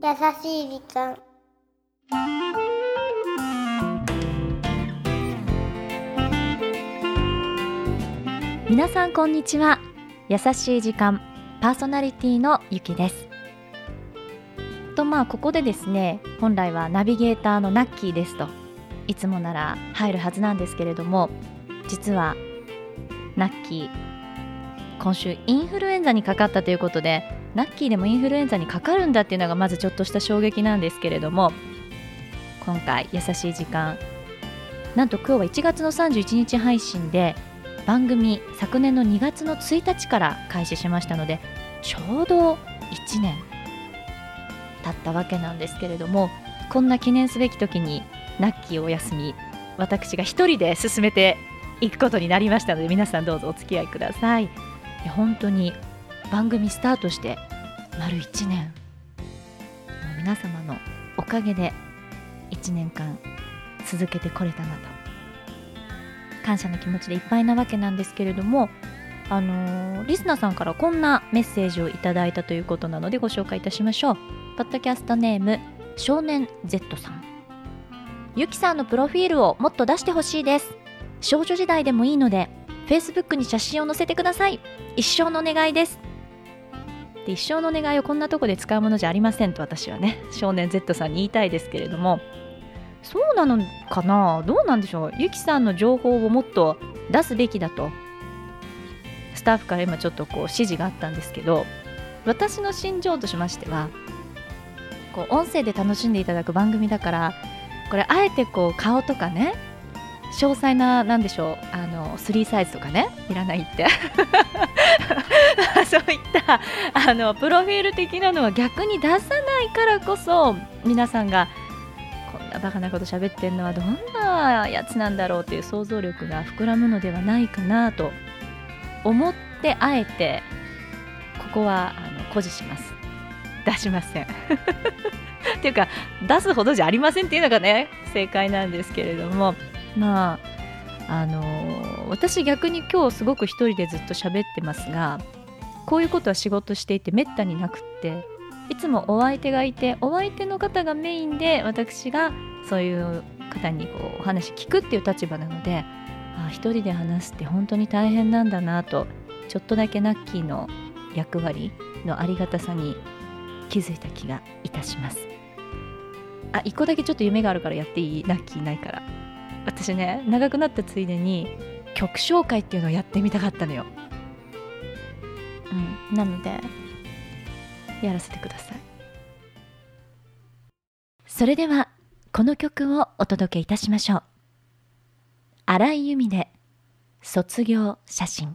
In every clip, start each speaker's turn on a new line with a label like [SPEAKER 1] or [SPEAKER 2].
[SPEAKER 1] 優しい時間。
[SPEAKER 2] 皆さんこんにちは。優しい時間パーソナリティのゆきです。ここでですね、本来はナビゲーターのナッキーですといつもなら入るはずなんですけれども、実はナッキー今週インフルエンザにかかったということで、ナッキーでもインフルエンザにかかるんだっていうのがまずちょっとした衝撃なんですけれども、今回優しい時間、なんと今日は1月の31日配信で、番組昨年の2月の1日から開始しましたので、ちょうど1年経ったわけなんですけれども、こんな記念すべき時にナッキーお休み、私が一人で進めていくことになりましたので、皆さんどうぞお付き合いください。いや本当に番組スタートして丸1年、もう皆様のおかげで1年間続けてこれたなと感謝の気持ちでいっぱいなわけなんですけれども、リスナーさんからこんなメッセージをいただいたということなのでご紹介いたしましょう。ポッドキャストネーム少年 Z さん。ゆきさんのプロフィールをもっと出してほしいです。少女時代でもいいので Facebook に写真を載せてください。一生のお願いです。で、一生のお願いをこんなとこで使うものじゃありませんと私はね、少年 Z さんに言いたいですけれども、そうなのかな、どうなんでしょう。ゆきさんの情報をもっと出すべきだとスタッフから今ちょっと指示があったんですけど、私の心情としましては、音声で楽しんでいただく番組だから、これあえて顔とかね、詳細な、なんでしょう、3サイズとかね、いらないってそういったプロフィール的なのは逆に出さないからこそ、皆さんがこんなバカなこと喋ってんのはどんなやつなんだろうっていう想像力が膨らむのではないかなと思って、あえてここは誇示します。出しませんっていうか、出すほどじゃありませんっていうのがね正解なんですけれども、私逆に今日すごく一人でずっと喋ってますが、こういうことは仕事していてめったになくって、いつもお相手がいて、お相手の方がメインで、私がそういう方にお話聞くっていう立場なので、一人で話すって本当に大変なんだなと、ちょっとだけナッキーの役割のありがたさに気づいた気がいたします。一個だけちょっと夢があるからやっていい？ナッキーいないから。私ね、長くなったついでに曲紹介っていうのをやってみたかったのよ。なのでやらせてください。それではこの曲をお届けいたしましょう。荒井由実で卒業写真。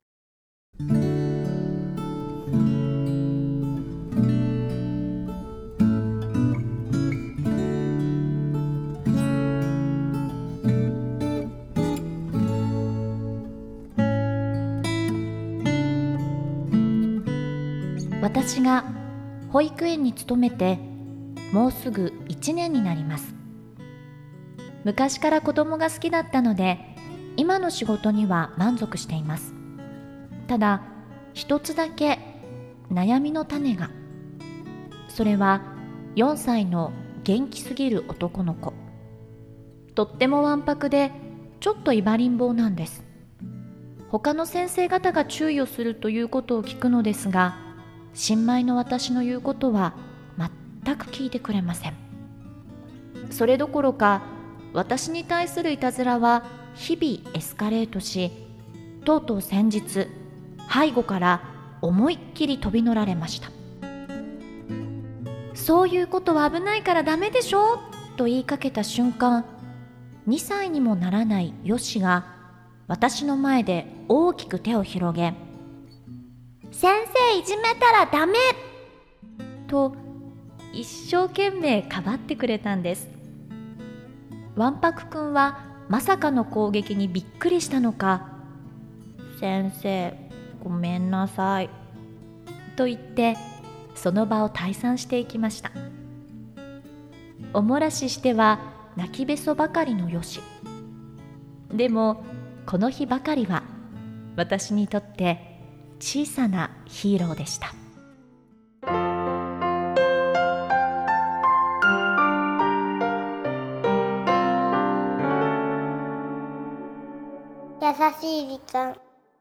[SPEAKER 2] 私が保育園に勤めてもうすぐ1年になります。昔から子供が好きだったので、今の仕事には満足しています。ただ一つだけ悩みの種が。それは4歳の元気すぎる男の子。とってもわんぱくでちょっといばりん坊なんです。他の先生方が注意をするということを聞くのですが、新米の私の言うことは全く聞いてくれません。それどころか、私に対するいたずらは日々エスカレートし、とうとう先日背後から思いっきり飛び乗られました。そういうことは危ないからダメでしょと言いかけた瞬間、2歳にもならないヨシが私の前で大きく手を広げ、先生いじめたらダメと一生懸命かばってくれたんです。わんぱくくんはまさかの攻撃にびっくりしたのか、先生ごめんなさいと言ってその場を退散していきました。おもらししては泣きべそばかりのよし。でもこの日ばかりは私にとって小さなヒーローでした。
[SPEAKER 1] 優しい時間。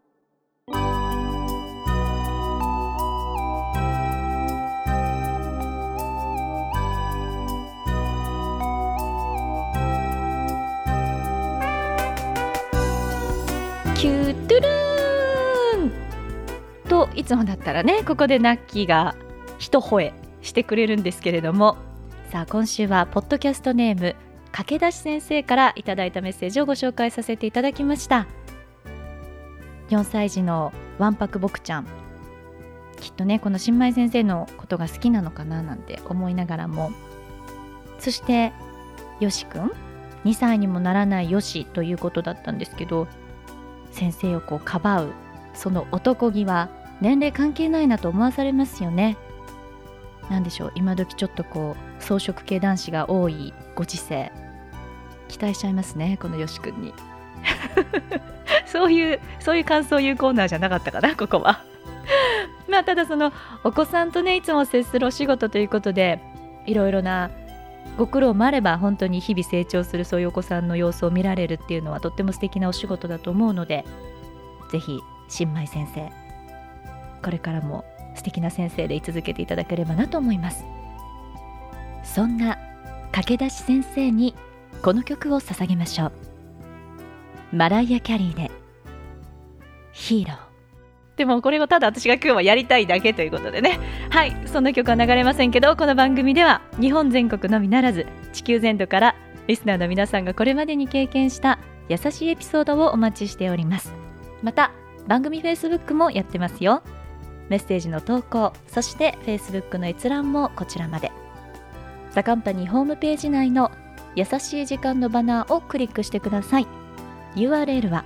[SPEAKER 2] キュートゥルーンといつもだったらね、ここでナッキーが一吠えしてくれるんですけれども、さあ今週はポッドキャストネーム駆け出し先生からいただいたメッセージをご紹介させていただきました。4歳児のわんぱくぼくちゃん、きっとねこの新米先生のことが好きなのかななんて思いながらも、そしてよしくん2歳にもならないよしということだったんですけど、先生をこうかばうその男気は年齢関係ないなと思わされますよね。なんでしょう、今時ちょっとこう草食系男子が多いご時世、期待しちゃいますねこのよしくんにそういう感想を言うコーナーじゃなかったかなここはまあただそのお子さんとねいつも接するお仕事ということで、いろいろなご苦労もあれば本当に日々成長するそういうお子さんの様子を見られるっていうのはとっても素敵なお仕事だと思うので、ぜひ新米先生これからも素敵な先生で居続けていただければなと思います。そんな駆け出し先生にこの曲を捧げましょう。マライア・キャリーでヒーロー。でもこれをただ私が今日はやりたいだけということでね、はい、そんな曲は流れませんけど、この番組では日本全国のみならず地球全土からリスナーの皆さんがこれまでに経験した優しいエピソードをお待ちしております。また番組 Facebook もやってますよ。メッセージの投稿、そして Facebook の閲覧もこちらまで。ザカンパニーホームページ内の優しい時間のバナーをクリックしてください。 URL は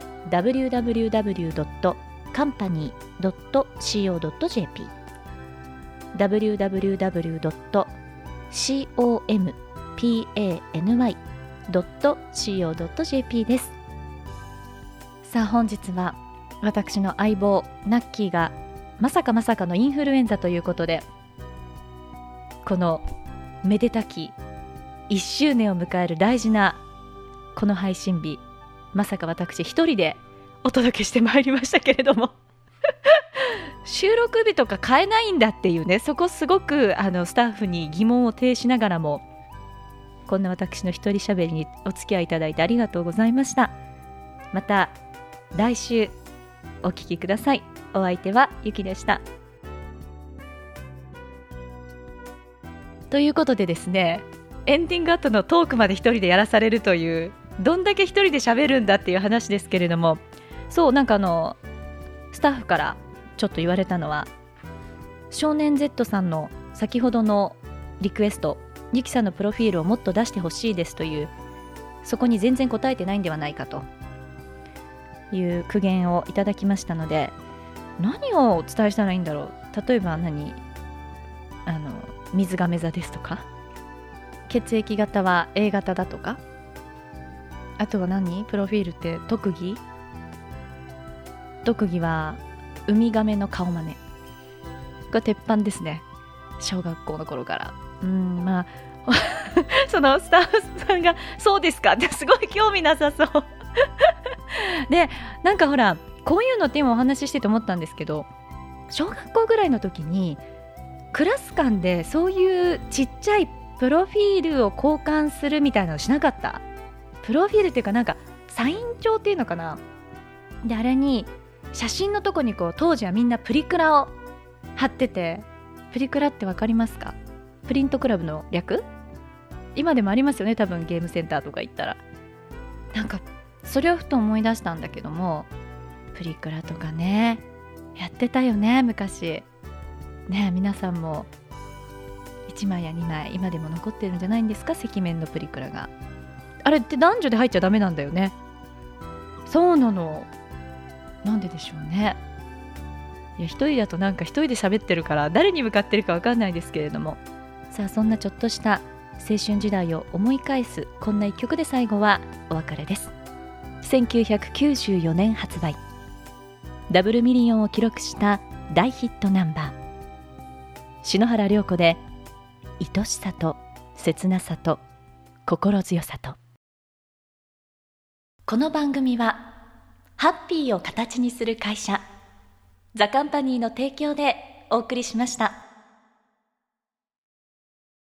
[SPEAKER 2] www.company.co.jp www.company.co.jp です。さあ本日は私の相棒ナッキーがまさかのインフルエンザということで、このめでたき1周年を迎える大事なこの配信日、まさか私一人でお届けしてまいりましたけれども収録日とか変えないんだっていうね、そこすごくスタッフに疑問を呈しながらも、こんな私の一人喋りにお付き合いいただいてありがとうございました。また来週お聞きください。お相手はゆきでした。ということでですね、エンディング後のトークまで一人でやらされるという、どんだけ一人で喋るんだっていう話ですけれども、そうなんかスタッフからちょっと言われたのは、少年 Z さんの先ほどのリクエスト、ゆきさんのプロフィールをもっと出してほしいですという、そこに全然答えてないんではないかという苦言をいただきましたので、何をお伝えしたらいいんだろう。例えば水亀座ですとか、血液型は A 型だとか、あとはプロフィールって特技はウミガメの顔真似が鉄板ですね、小学校の頃から。まあそのスタッフさんがそうですかってすごい興味なさそうで、なんかほらこういうのって今お話ししてて思ったんですけど、小学校ぐらいの時にクラス間でそういうちっちゃいプロフィールを交換するみたいなのしなかった？プロフィールっていうかなんかサイン帳っていうのかな。であれに写真のとこにこう当時はみんなプリクラを貼ってて、プリクラってわかりますか？プリントクラブの略？今でもありますよね、多分ゲームセンターとか行ったら。なんかそれをふと思い出したんだけども、プリクラとかねやってたよね昔ね。皆さんも1枚や2枚今でも残ってるんじゃないんですか、赤面のプリクラが。あれって男女で入っちゃダメなんだよね。そうなの。なんででしょうね。いや一人だとなんか一人で喋ってるから誰に向かってるか分かんないですけれども、さあそんなちょっとした青春時代を思い返すこんな一曲で最後はお別れです。1994年発売、ダブルミリオンを記録した大ヒットナンバー、篠原涼子で愛しさと切なさと心強さと。この番組はハッピーを形にする会社ザカンパニーの提供でお送りしました。